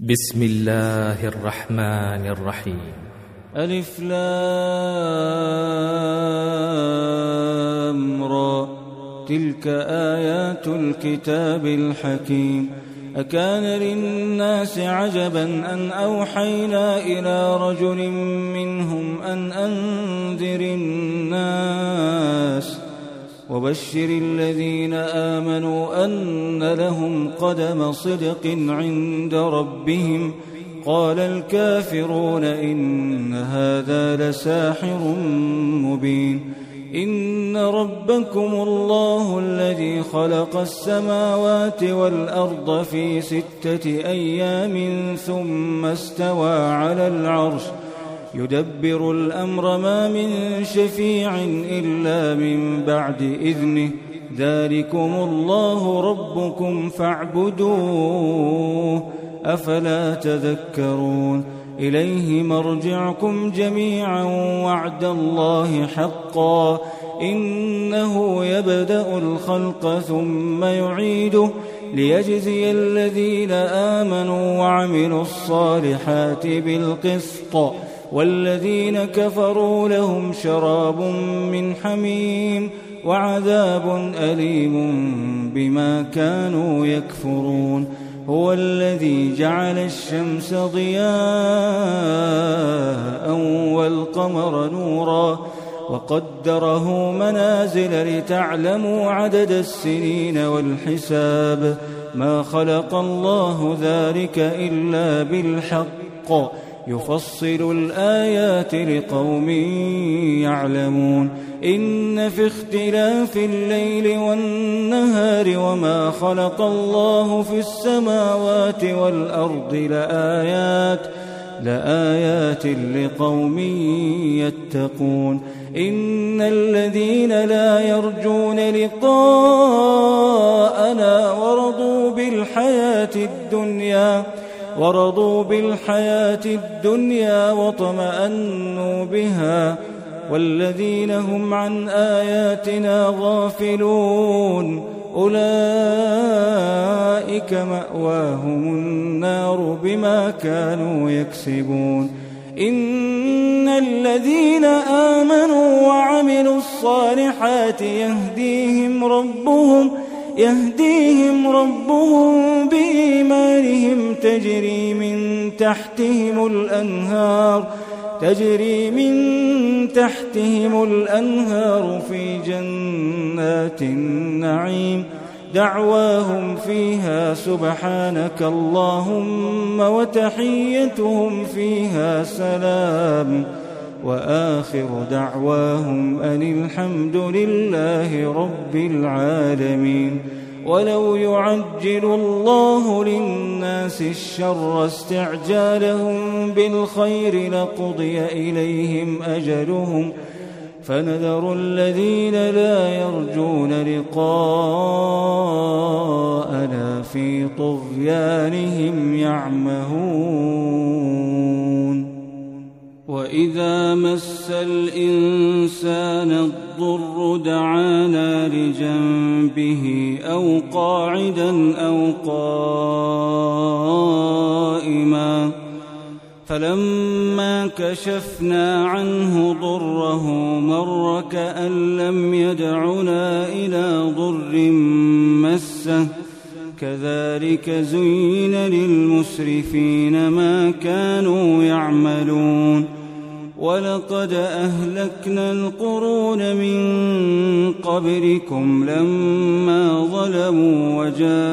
بسم الله الرحمن الرحيم. ألف لام را، تلك آيات الكتاب الحكيم. أكان للناس عجبا أن أوحينا إلى رجل منهم أن أنذر الناس وبشر الذين آمنوا أن لهم قدم صدق عند ربهم. قال الكافرون إن هذا لساحر مبين. إن ربكم الله الذي خلق السماوات والأرض في 6 أيام ثم استوى على العرش يدبر الأمر ما من شفيع إلا من بعد إذنه. ذلكم الله ربكم فاعبدوه أفلا تذكرون. إليه مرجعكم جميعا وعد الله حقا إنه يبدأ الخلق ثم يعيده ليجزي الذين آمنوا وعملوا الصالحات بالقسط والذين كفروا لهم شراب من حميم وعذاب أليم بما كانوا يكفرون. هو الذي جعل الشمس ضياء والقمر نورا وقدره منازل لتعلموا عدد السنين والحساب. ما خلق الله ذلك إلا بالحق يفصل الآيات لقوم يعلمون. إن في اختلاف الليل والنهار وما خلق الله في السماوات والأرض لآيات لقوم يتقون. إن الذين لا يرجون لقاءنا ورضوا بالحياة الدنيا وطمأنوا بها والذين هم عن آياتنا غافلون أولئك مأواهم النار بما كانوا يكسبون. إن الذين آمنوا وعملوا الصالحات يهديهم ربهم بإيمانهم تجري من تحتهم الأنهار في جنات النعيم. دعواهم فيها سبحانك اللهم وتحيتهم فيها سلام وآخر دعواهم أن الحمد لله رب العالمين. ولو يعجل الله للناس الشر استعجالهم بالخير لقضي إليهم أجلهم فنذر الذين لا يرجون لقاءنا في طغيانهم يعمهون. وإذا مس الإنسان الضر دعانا لجنبه أو قاعدا أو قائما فلما كشفنا عنه ضره مر كأن لم يدعنا إلى ضر مسه. كذلك زين للمسرفين ما كانوا يعملون. ولقد أهلكنا القرون من قبلكم لما ظلموا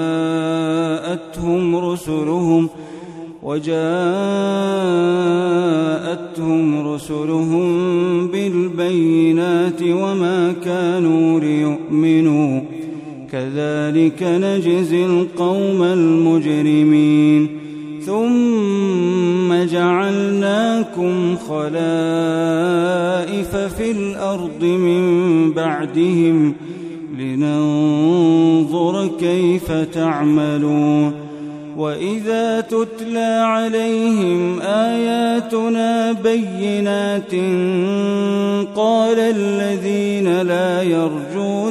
وجاءتهم رسلهم بالبينات وما كانوا ليؤمنوا. كذلك نجزي القوم المجرمين. ثم جعلناكم خلائف في الأرض من بعدهم لننظر كيف تعملون. وإذا تتلى عليهم آياتنا بينات قال الذين لا يرجون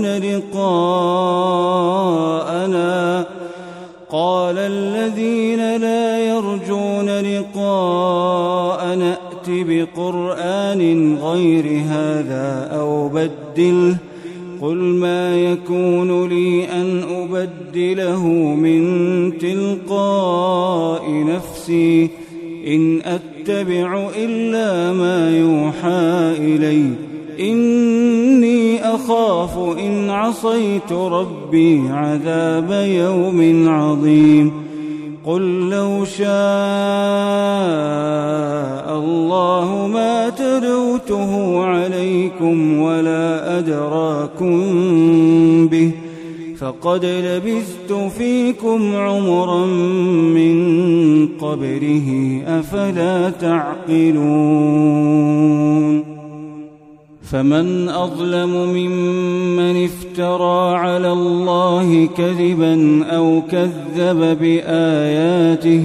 لقاءنا قال الذين لا يرجون يرجون لقاء نأت بقرآن غير هذا أو بدله قل ما يكون لي أن أبدله من تلقاء نفسي إن أتبع إلا ما يوحى إلي إني أخاف إن عصيت ربي عذاب يوم عظيم قل لو شاء الله ما تلوته عليكم ولا أدراكم به فقد لبثت فيكم عمرا من قبله أفلا تعقلون فمن أظلم ممن افترى على الله كذبا أو كذب بآياته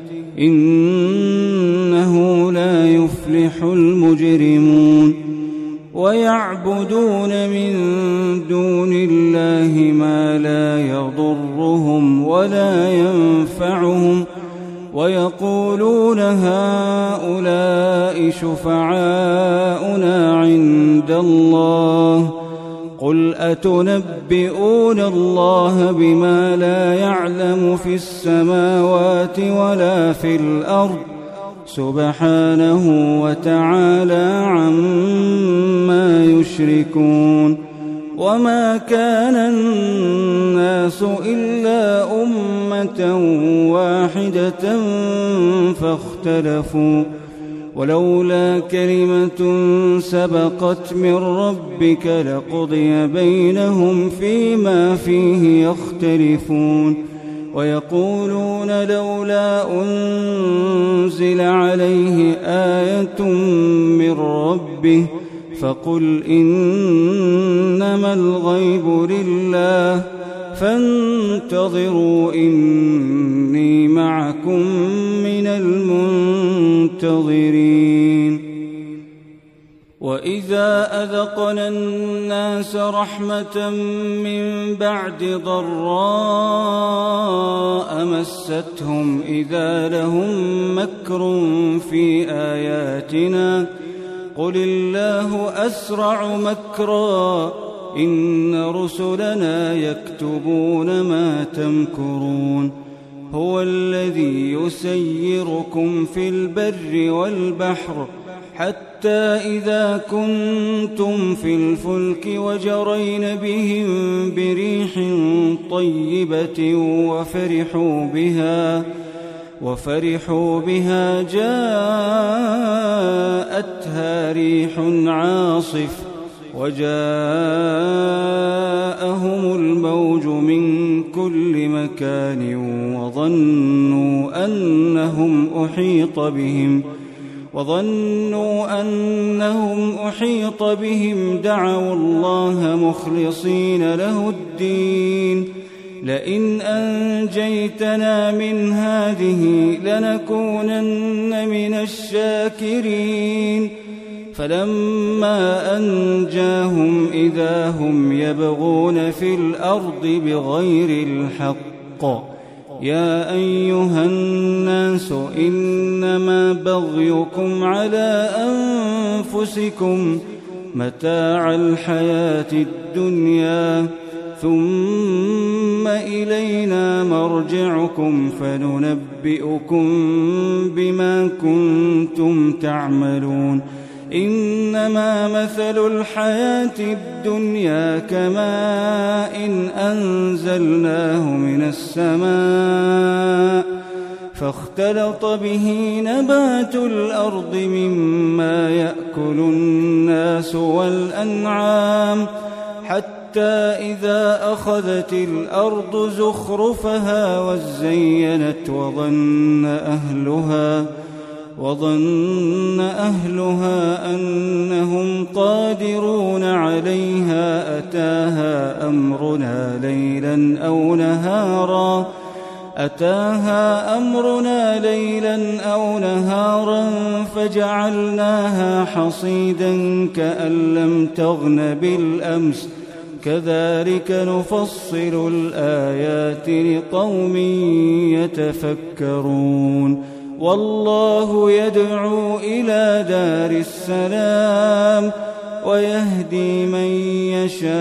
إنه لا يفلح المجرمون ويعبدون من دون الله ما لا يضرهم ولا ينفعهم ويقولون هؤلاء شفعاؤنا عند الله قل أتنبئون الله بما لا يعلم في السماوات ولا في الأرض سبحانه وتعالى عما يشركون وما كان الناس إلا أمة واحدة فاختلفوا ولولا كلمة سبقت من ربك لقضي بينهم فيما فيه يختلفون ويقولون لولا أنزل عليه آية من ربه فقل إنما الغيب لله فانتظروا إني معكم من المنتظرين وإذا أذقنا الناس رحمة من بعد ضراء مستهم إذا لهم مكر في آياتنا قل الله أسرع مكرا إن رسلنا يكتبون ما تمكرون هو الذي يسيركم في البر والبحر حتى إذا كنتم في الفلك وجرين بهم بريح طيبة وفرحوا بها جاءتها ريح عاصف وجاءهم الموج من كل مكان وظنوا أنهم أحيط بهم دعوا الله مخلصين له الدين لئن أنجيتنا من هذه لنكونن من الشاكرين فلما أنجاهم إذا هم يبغون في الأرض بغير الحق يا أيها الناس إنما بغيكم على أنفسكم متاع الحياة الدنيا ثم إلينا مرجعكم فننبئكم بما كنتم تعملون إنما مثل الحياة الدنيا كماء أنزلناه من السماء فاختلط به نبات الأرض مما يأكل الناس والأنعام حتى إذا أخذت الأرض زخرفها وزينت وظن أهلها أنهم قادرون عليها أتاها أمرنا ليلا أو نهارا فجعلناها حصيدا كأن لم تغن بالأمس كذلك نفصل الآيات لقوم يتفكرون والله يدعو إلى دار السلام ويهدي من يشاء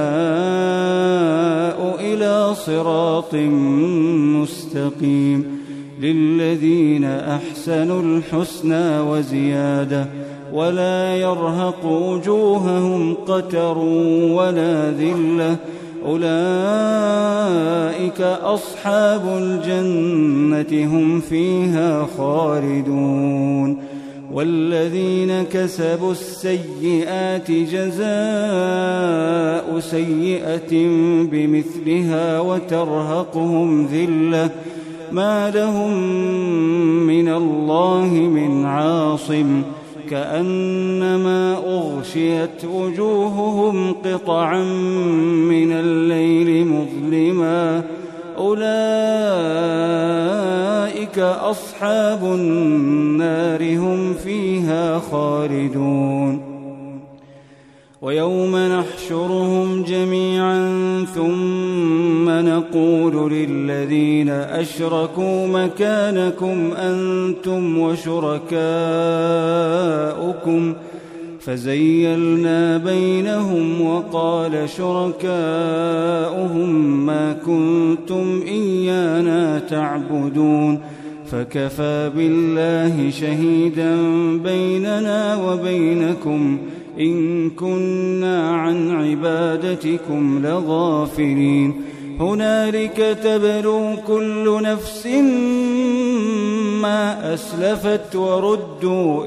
إلى صراط مستقيم للذين أحسنوا الحسنى وزيادة ولا يرهق وجوههم قتر ولا ذلة أولئك أصحاب الجنة هم فيها خالدون والذين كسبوا السيئات جزاء سيئة بمثلها وترهقهم ذلة ما لهم من الله من عاصم كأنما أغشيت وجوههم قطعا من الليل مظلما أولئك أصحاب النار هم فيها خالدون ويوم نحشرهم جميعا ثم نقول للذين أشركوا مكانكم أنتم وشركاؤكم فزيلنا بينهم وقال شركاؤهم ما كنتم إيانا تعبدون فكفى بالله شهيدا بيننا وبينكم إن كنا عن عبادتكم لغافلين هنالك تبلو كل نفس ما أسلفت وردوا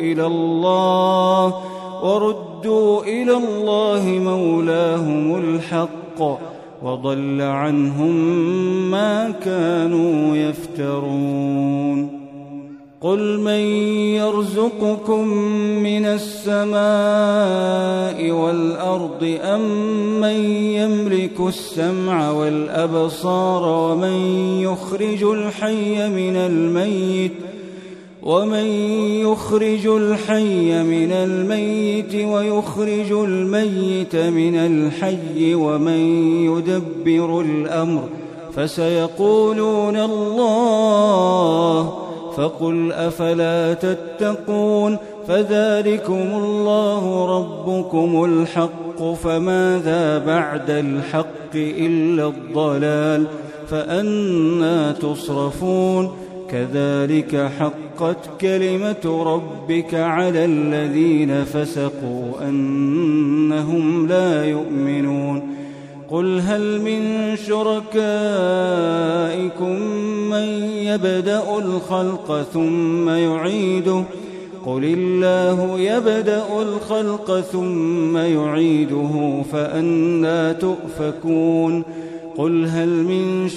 إلى الله مولاهم الحق وضل عنهم ما كانوا يفترون قل من يرزقكم من السماء والأرض أم من يملك السمع والأبصار ومن يخرج الحي من الميت ويخرج الميت من الحي ومن يدبر الأمر فسيقولون الله فقل أفلا تتقون فذلكم الله ربكم الحق فماذا بعد الحق إلا الضلال فأنى تصرفون كذلك حقت كلمة ربك على الذين فسقوا أنهم لا يؤمنون قل هل من شركائكم من يبدأ الخلق ثم يعيده قل الله يبدأ الخلق ثم يعيده فأنى تؤفكون قل هل من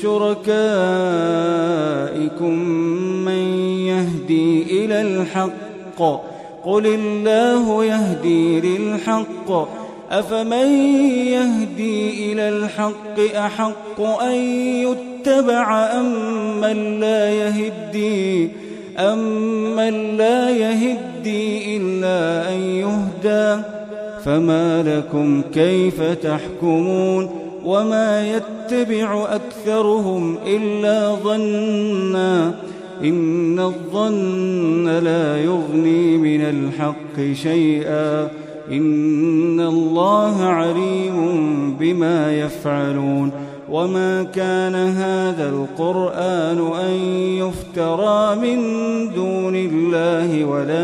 شركائكم من يهدي إلى الحق قل الله يهدي للحق أفمن يهدي إلى الحق أحق أن يتبع أمن لا يهدي إلا أن يهدى فما لكم كيف تحكمون وما يتبع أكثرهم إلا ظنا إن الظن لا يغني من الحق شيئا إن الله عليم بما يفعلون وما كان هذا القرآن أن يفترى من دون الله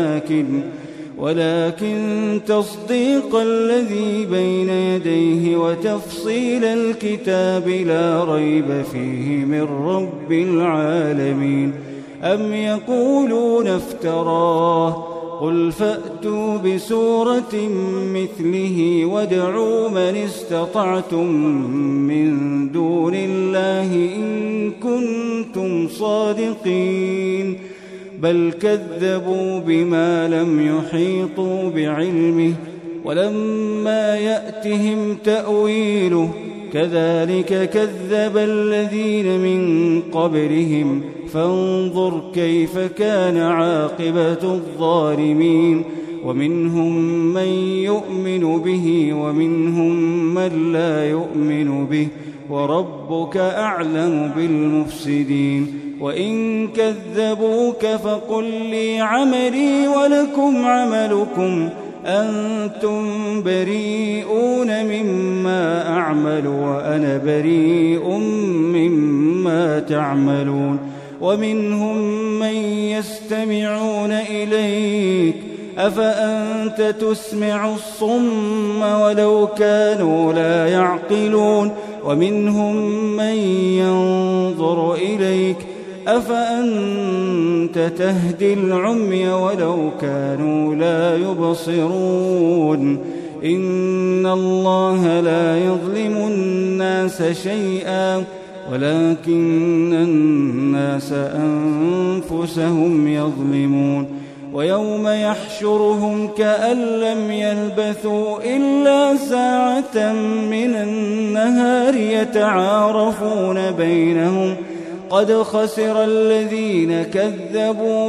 ولكن تصديق الذي بين يديه وتفصيل الكتاب لا ريب فيه من رب العالمين أم يقولون افتراه قل فأتوا بسورة مثله وادعوا من استطعتم من دون الله إن كنتم صادقين بل كذبوا بما لم يحيطوا بعلمه ولما يأتهم تأويله كذلك كذب الذين من قبلهم فانظر كيف كان عاقبة الظالمين ومنهم من يؤمن به ومنهم من لا يؤمن به وربك أعلم بالمفسدين وإن كذبوك فقل لي عملي ولكم عملكم أنتم بريئون مما أعمل وأنا بريء مما تعملون ومنهم من يستمعون إليك أفأنت تسمع الصم ولو كانوا لا يعقلون ومنهم من ينظر إليك أفأنت تهدي العمي ولو كانوا لا يبصرون إن الله لا يظلم الناس شيئا ولكن الناس أنفسهم يظلمون ويوم يحشرهم كأن لم يلبثوا إلا ساعة من النهار يتعارفون بينهم قد خسر الذين كذبوا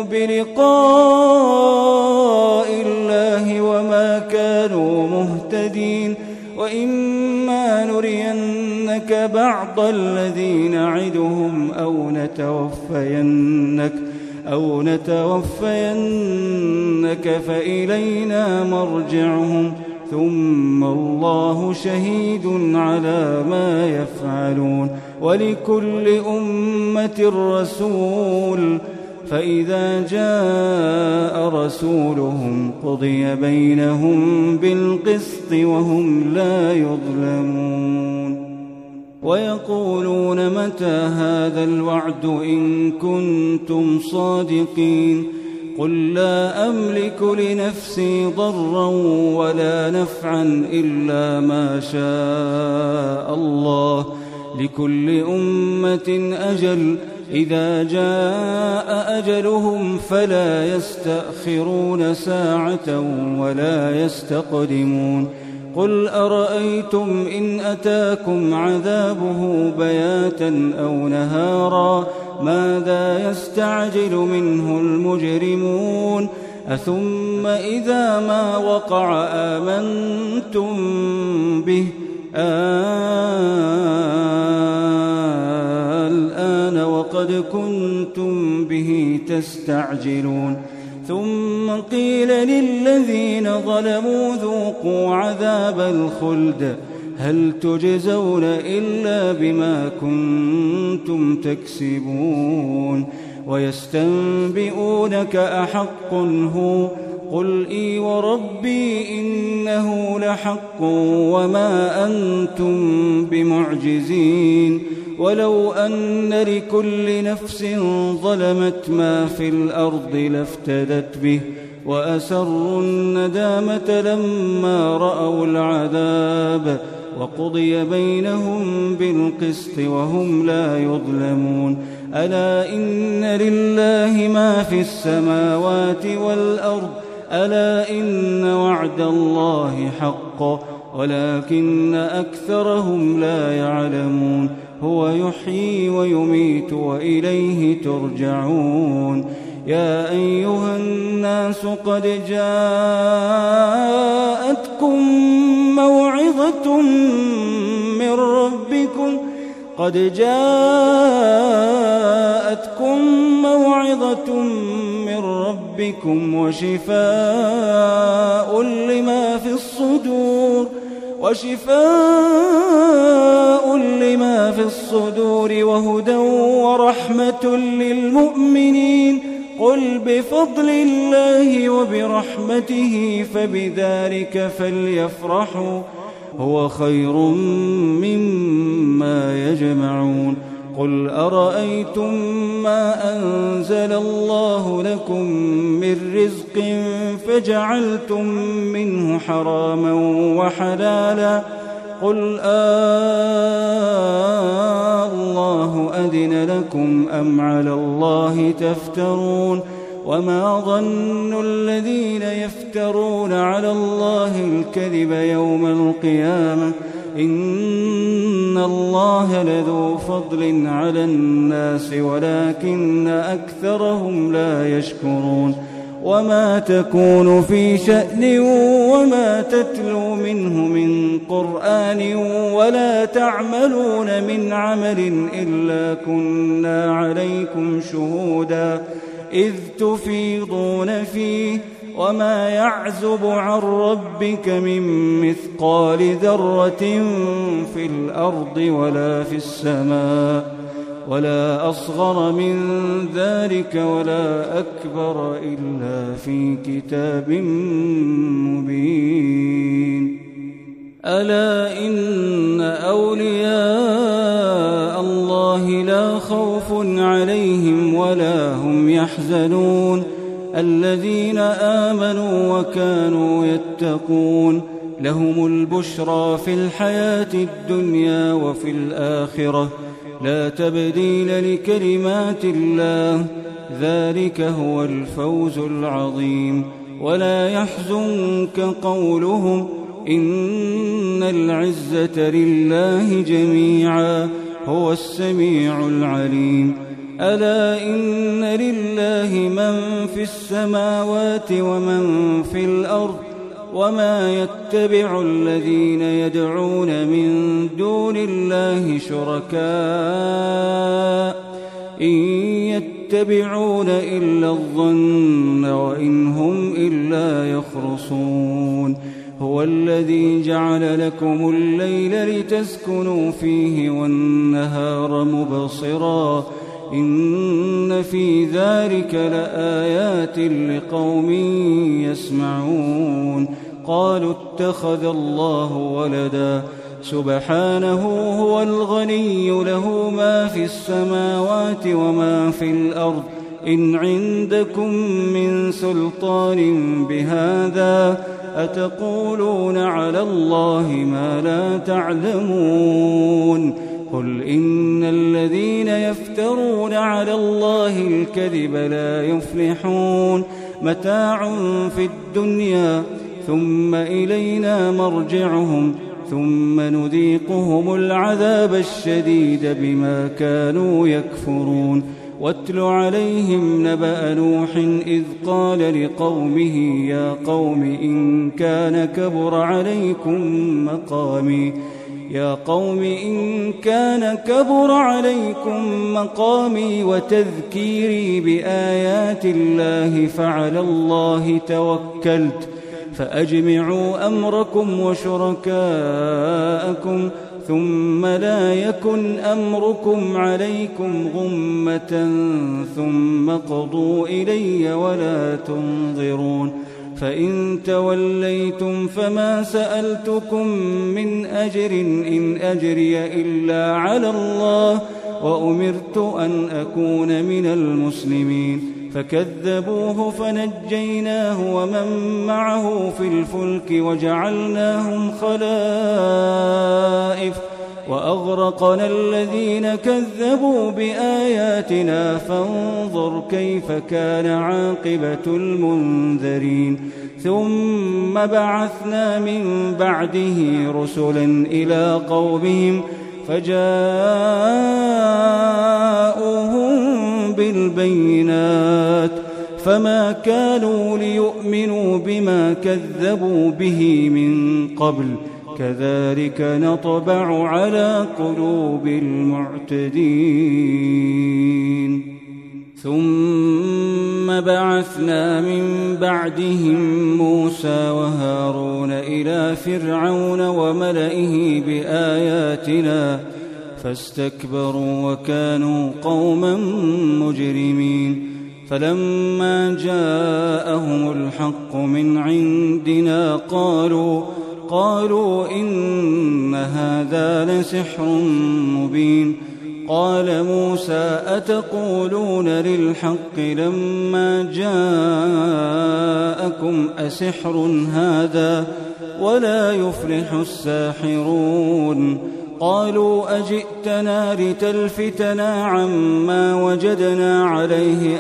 بلقاء الله وما كانوا مهتدين وإما نرينك بعض الذي نعدهم أو نتوفينك فإلينا مرجعهم ثم الله شهيد على ما يفعلون ولكل أمة رسول فإذا جاء رسولهم قضي بينهم بالقسط وهم لا يظلمون ويقولون متى هذا الوعد إن كنتم صادقين قل لا أملك لنفسي ضرا ولا نفعا إلا ما شاء الله لكل أمة أجل إذا جاء أجلهم فلا يستأخرون ساعة ولا يستقدمون قل أرأيتم إن أتاكم عذابه بياتا أو نهارا ماذا يستعجل منه المجرمون أثم إذا ما وقع آمنتم به الآن وقد كنتم به تستعجلون ثم قيل للذين ظلموا ذوقوا عذاب الخلد هل تجزون إلا بما كنتم تكسبون ويستنبئونك أحق هو قل إي وربي إنه لحق وما أنتم بمعجزين ولو أن لكل نفس ظلمت ما في الأرض لافتدت به وأسروا الندامة لما رأوا العذاب وقضي بينهم بالقسط وهم لا يظلمون ألا إن لله ما في السماوات والأرض ألا إن وعد الله حق ولكن أكثرهم لا يعلمون هو يحيي ويميت وإليه ترجعون يا أيها الناس قد جاءتكم موعظة من ربكم وشفاء لما في الصدور وهدى ورحمة للمؤمنين قل بفضل الله وبرحمته فبذلك فليفرحوا هو خير مما يجمعون قل أرأيتم ما أنزل الله لكم من رزق فجعلتم منه حراما وحلالا قل الله أذن لكم أم على الله تفترون وما ظن الذين يفترون على الله الكذب يوم القيامة إن الله لذو فضل على الناس ولكن أكثرهم لا يشكرون وما تكون في شأن وما تتلو منه من قرآن ولا تعملون من عمل إلا كنا عليكم شهودا إذ تفيضون فيه وما يعزب عن ربك من مثقال ذرة في الأرض ولا في السماء ولا أصغر من ذلك ولا أكبر إلا في كتاب مبين ألا إن أولياء الله لا خوف عليهم ولا هم يحزنون الذين آمنوا وكانوا يتقون لهم البشرى في الحياة الدنيا وفي الآخرة لا تبديل لكلمات الله ذلك هو الفوز العظيم ولا يحزنك قولهم إن العزة لله جميعا هو السميع العليم ألا إن لله من في السماوات ومن في الأرض وما يتبع الذين يدعون من دون الله شركاء إن يتبعون إلا الظن وإن هم إلا يخرصون هو الذي جعل لكم الليل لتسكنوا فيه والنهار مبصرا إن في ذلك لآيات لقوم يسمعون قالوا اتخذ الله ولدا سبحانه هو الغني له ما في السماوات وما في الأرض إن عندكم من سلطان بهذا أتقولون على الله ما لا تعلمون قل إن الذين يفترون على الله الكذب لا يفلحون متاع في الدنيا ثم إلينا مرجعهم ثم نذيقهم العذاب الشديد بما كانوا يكفرون واتل عليهم نبأ نوح إذ قال لقومه يا قوم إن كان كبر عليكم مقامي وتذكيري بآيات الله فعلى الله توكلت فأجمعوا أمركم وشركاءكم ثم لا يكن أمركم عليكم غمة ثم قضوا إلي ولا تنظرون فإن توليتم فما سألتكم من أجر إن أجري إلا على الله وأمرت أن أكون من المسلمين فكذبوه فنجيناه ومن معه في الفلك وجعلناهم خلائف وأغرقنا الذين كذبوا بآياتنا فانظر كيف كان عاقبة المنذرين ثم بعثنا من بعده رسلا إلى قومهم فجاءوهم بالبينات فما كانوا ليؤمنوا بما كذبوا به من قبل كذلك نطبع على قلوب المعتدين ثم بعثنا من بعدهم موسى وهارون إلى فرعون وملئه بآياتنا فاستكبروا وكانوا قوما مجرمين فلما جاءهم الحق من عندنا قالوا إن هذا لسحر مبين قال موسى أتقولون للحق لما جاءكم أسحر هذا ولا يفلح الساحرون قالوا أجئتنا لتلفتنا عما وجدنا عليه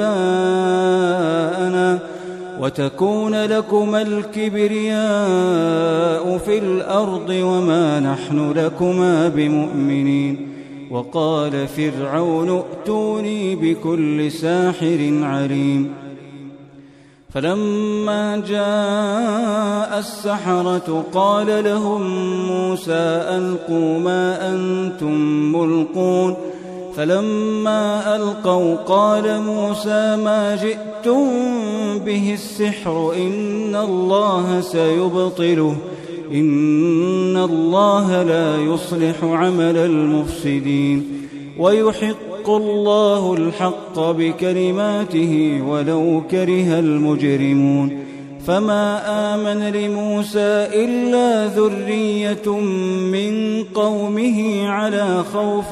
آباءنا وتكون لكما الكبرياء في الأرض وما نحن لكما بمؤمنين وقال فرعون ائتوني بكل ساحر عليم فلما جاء السحرة قال لهم موسى ألقوا ما أنتم ملقون فلما ألقوا قال موسى ما جئتم به السحر إن الله سيبطله إن الله لا يصلح عمل المفسدين ويحق الله الحق بكلماته ولو كره المجرمون فما آمن لموسى إلا ذرية من قومه على خوف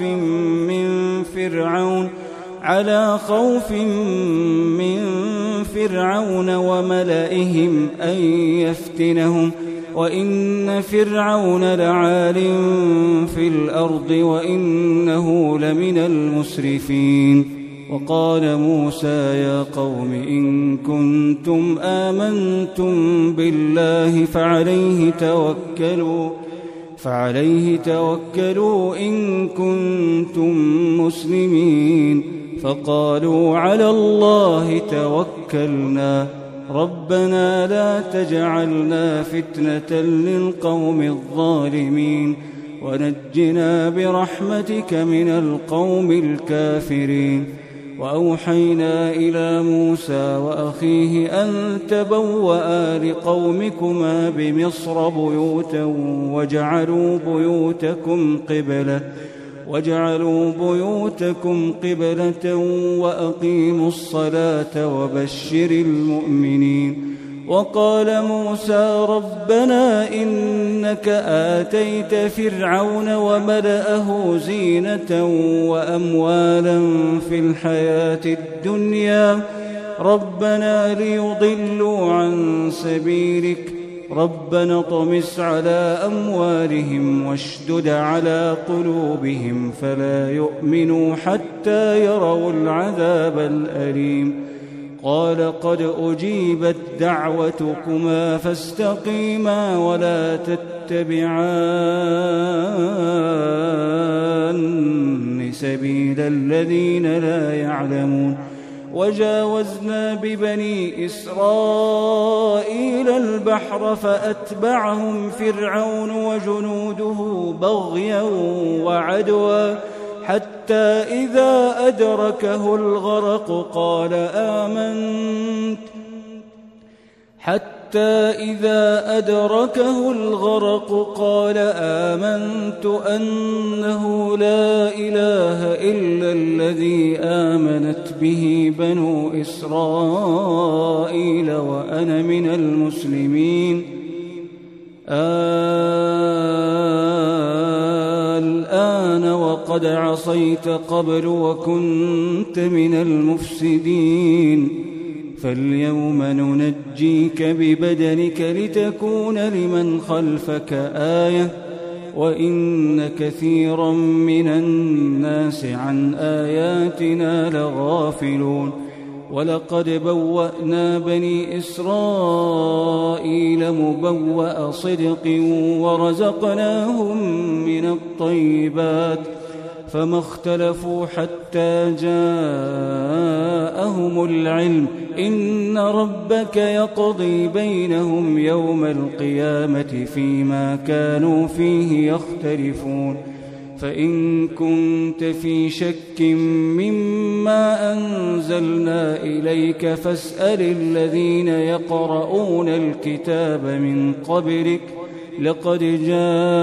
من فرعون وملئهم أن يفتنهم وإن فرعون لعال في الأرض وإنه لمن المسرفين وقال موسى يا قوم إن كنتم آمنتم بالله فعليه توكلوا إن كنتم مسلمين فقالوا على الله توكلنا ربنا لا تجعلنا فتنة للقوم الظالمين ونجنا برحمتك من القوم الكافرين وأوحينا إلى موسى وأخيه أن تبوأ لقومكما بمصر بيوتا واجعلوا بيوتكم قبلة وأقيموا الصلاة وبشر المؤمنين وقال موسى ربنا إنك آتيت فرعون وملأه زينة وأموالا في الحياة الدنيا ربنا ليضلوا عن سبيلك ربنا اطمس على أموالهم واشدد على قلوبهم فلا يؤمنوا حتى يروا العذاب الأليم قال قد أجيبت دعوتكما فاستقيما ولا تتبعان سبيل الذين لا يعلمون وجاوزنا ببني إسرائيل البحر فأتبعهم فرعون وجنوده بغيا وعدوا حتى إذا أدركه الغرق قال آمنت أنه لا إله إلا الذي آمنت به بنو إسرائيل وأنا من المسلمين الآن وقد عصيت قبل وكنت من المفسدين فاليوم ننجيك ببدنك لتكون لمن خلفك آية وإن كثيرا من الناس عن آياتنا لغافلون ولقد بوأنا بني إسرائيل مبوأ صدق ورزقناهم من الطيبات فما اختلفوا حتى جاءهم العلم إن ربك يقضي بينهم يوم القيامة فيما كانوا فيه يختلفون فإن كنت في شك مما أنزلنا إليك فاسأل الذين يقرؤون الكتاب من قبلك لقد جاءك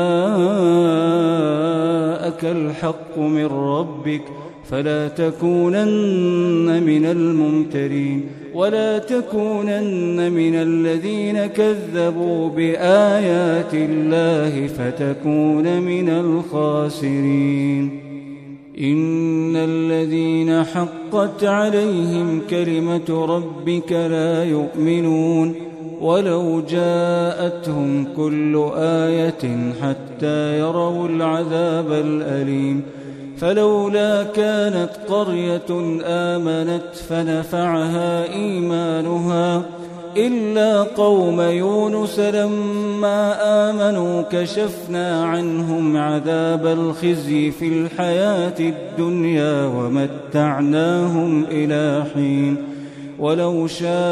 الحق من ربك فلا تكونن من الممترين ولا تكونن من الذين كذبوا بآيات الله فتكون من الخاسرين إن الذين حقت عليهم كلمة ربك لا يؤمنون ولو جاءتهم كل آية حتى يروا العذاب الأليم فلولا كانت قرية آمنت فنفعها إيمانها إلا قوم يونس لما آمنوا كشفنا عنهم عذاب الخزي في الحياة الدنيا ومتعناهم إلى حين ولو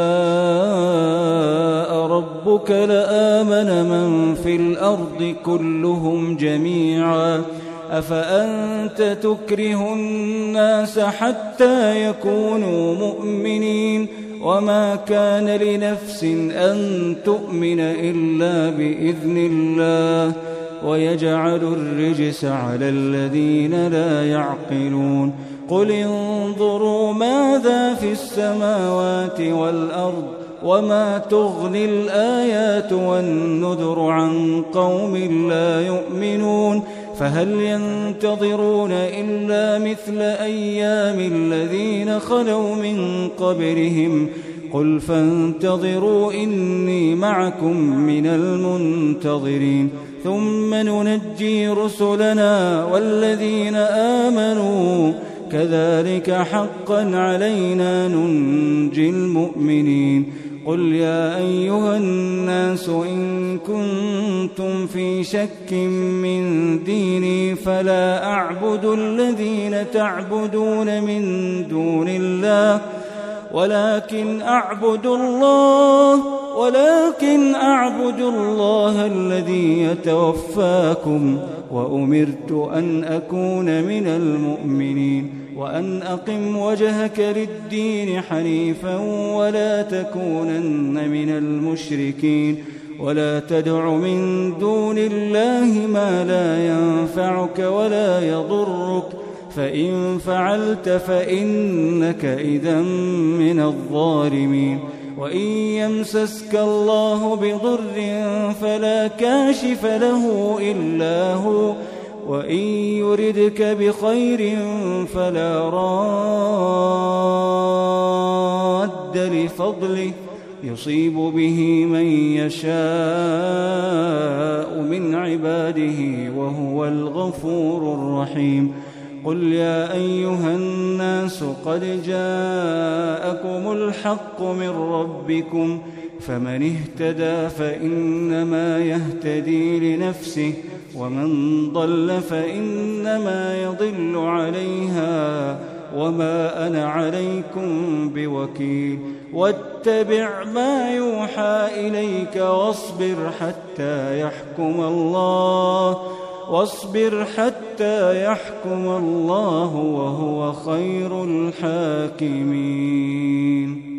شاء ربك لآمن من في الأرض كلهم جميعا أفأنت تكره الناس حتى يكونوا مؤمنين وما كان لنفس أن تؤمن إلا بإذن الله ويجعل الرجس على الذين لا يعقلون قل انظروا ماذا في السماوات والأرض وما تغني الآيات والنذر عن قوم لا يؤمنون فهل ينتظرون إلا مثل أيام الذين خلوا من قبلهم قل فانتظروا إني معكم من المنتظرين ثم ننجي رسلنا والذين آمنوا كذلك حقا علينا ننجي المؤمنين قل يا أيها الناس إن كنتم في شك من ديني فلا أعبد الذين تعبدون من دون الله ولكن أعبد الله الذي يتوفاكم وأمرت أن أكون من المؤمنين وأن أقم وجهك للدين حنيفا ولا تكونن من المشركين ولا تدع من دون الله ما لا ينفعك ولا يضرك فإن فعلت فإنك إذا من الظالمين وإن يمسسك الله بضر فلا كاشف له إلا هو وإن يردك بخير فلا راد لفضله يصيب به من يشاء من عباده وهو الغفور الرحيم قل يا أيها الناس قد جاءكم الحق من ربكم فمن اهتدى فإنما يهتدي لنفسه ومن ضل فإنما يضل عليها وما أنا عليكم بوكيل واتبع ما يوحى إليك واصبر حتى يحكم الله وهو خير الحاكمين.